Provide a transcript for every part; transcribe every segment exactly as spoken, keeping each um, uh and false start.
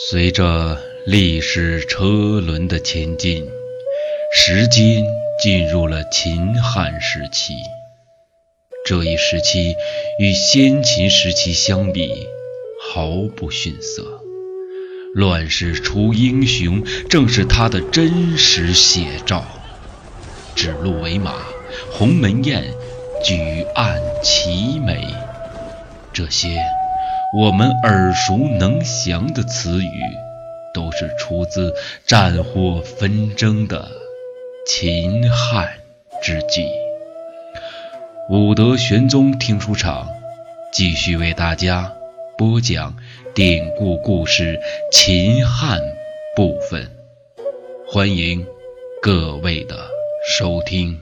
随着历史车轮的前进，时间进入了秦汉时期。这一时期与先秦时期相比毫不逊色，乱世出英雄正是他的真实写照。指鹿为马，鸿门宴，举案齐眉，这些我们耳熟能详的词语，都是出自战火纷争的秦汉之际。武德玄宗听书场继续为大家播讲典故故事秦汉部分，欢迎各位的收听。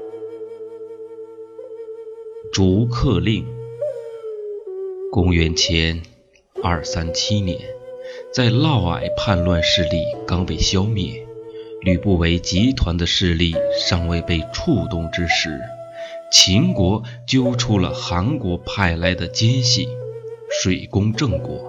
逐客令。公元前二三七年，在嫪毐叛乱势力刚被消灭，吕不韦集团的势力尚未被触动之时，秦国揪出了韩国派来的奸细，水攻郑国。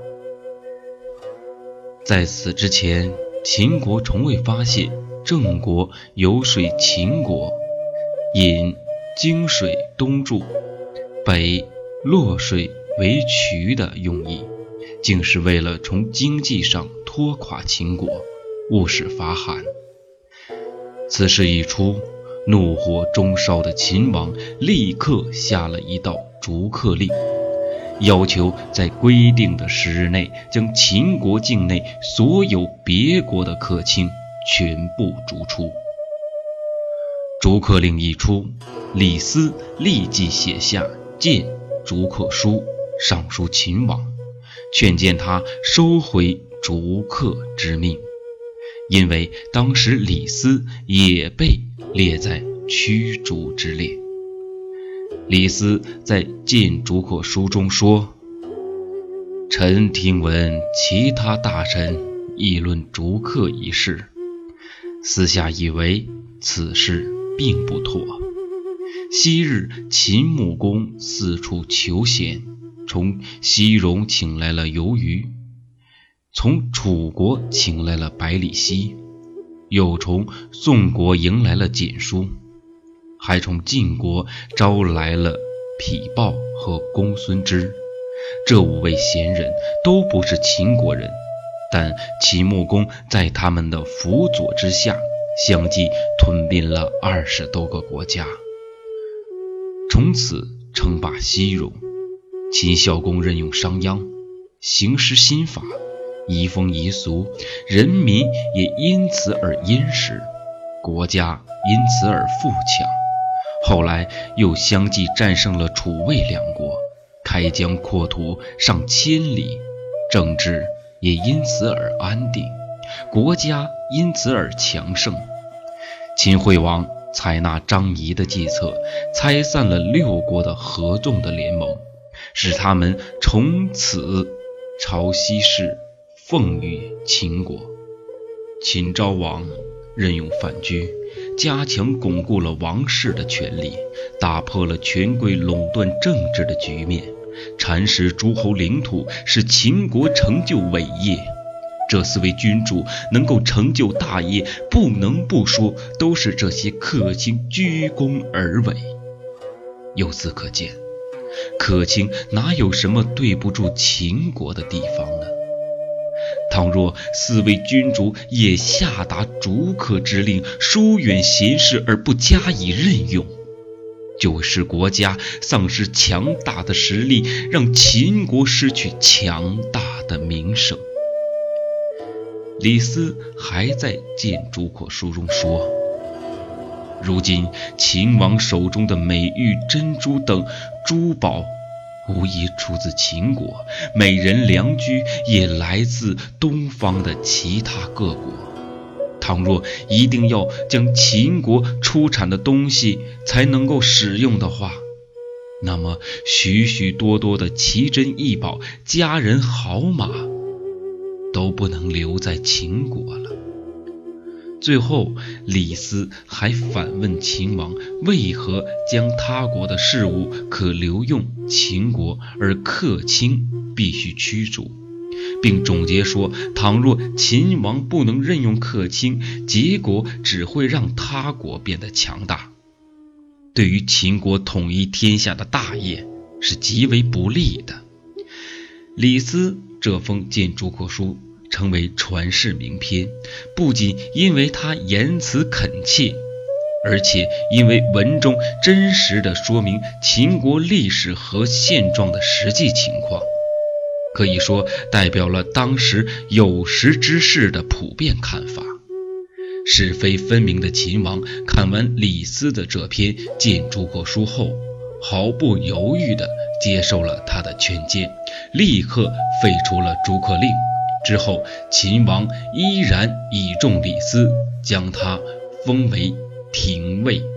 在此之前，秦国从未发现郑国游说秦国引泾水东注，北洛水为渠的用意，竟是为了从经济上拖垮秦国，误使伐韩。此事一出，怒火中烧的秦王立刻下了一道逐客令，要求在规定的时日内将秦国境内所有别国的客卿全部逐出。逐客令一出，李斯立即写下谏逐客书上书秦王，劝谏他收回逐客之命，因为当时李斯也被列在驱逐之列。李斯在谏逐客书中说：臣听闻其他大臣议论逐客一事，私下以为此事并不妥。昔日秦穆公四处求贤，从西戎请来了游鱼，从楚国请来了百里奚，又从宋国迎来了蹇叔，还从晋国招来了匹豹和公孙支。这五位贤人都不是秦国人，但秦穆公在他们的辅佐之下，相继吞并了二十多个国家，从此称霸西戎。秦孝公任用商鞅，行施新法，移风易俗，人民也因此而殷实，国家因此而富强。后来又相继战胜了楚魏两国，开疆扩土上千里，政治也因此而安定，国家因此而强盛。秦惠王采纳张仪的计策，拆散了六国的合纵的联盟，使他们从此朝西氏奉于秦国。秦昭王任用范雎，加强巩固了王室的权力，打破了权贵垄断政治的局面，蚕食诸侯领土，使秦国成就伟业。这四位君主能够成就大业，不能不说都是这些客卿居功而为。由此可见，客卿哪有什么对不住秦国的地方呢？倘若四位君主也下达逐客之令，疏远贤士而不加以任用，就会使国家丧失强大的实力，让秦国失去强大的名声。李斯还在谏逐客书中说：如今秦王手中的美玉、珍珠等珠宝无疑出自秦国，美人良驹也来自东方的其他各国。倘若一定要将秦国出产的东西才能够使用的话，那么许许多多的奇珍异宝、佳人好马都不能留在秦国了。最后，李斯还反问秦王，为何将他国的事务可留用秦国，而客卿必须驱逐？ 并总结说，倘若秦王不能任用客卿，结果只会让他国变得强大，对于秦国统一天下的大业是极为不利的。李斯这封谏逐客书成为传世名篇，不仅因为他言辞恳切，而且因为文中真实地说明秦国历史和现状的实际情况，可以说代表了当时有识之士的普遍看法。是非分明的秦王看完李斯的这篇谏逐客书后，毫不犹豫地接受了他的劝谏，立刻废除了逐客令。之后秦王依然倚重李斯，将他封为廷尉。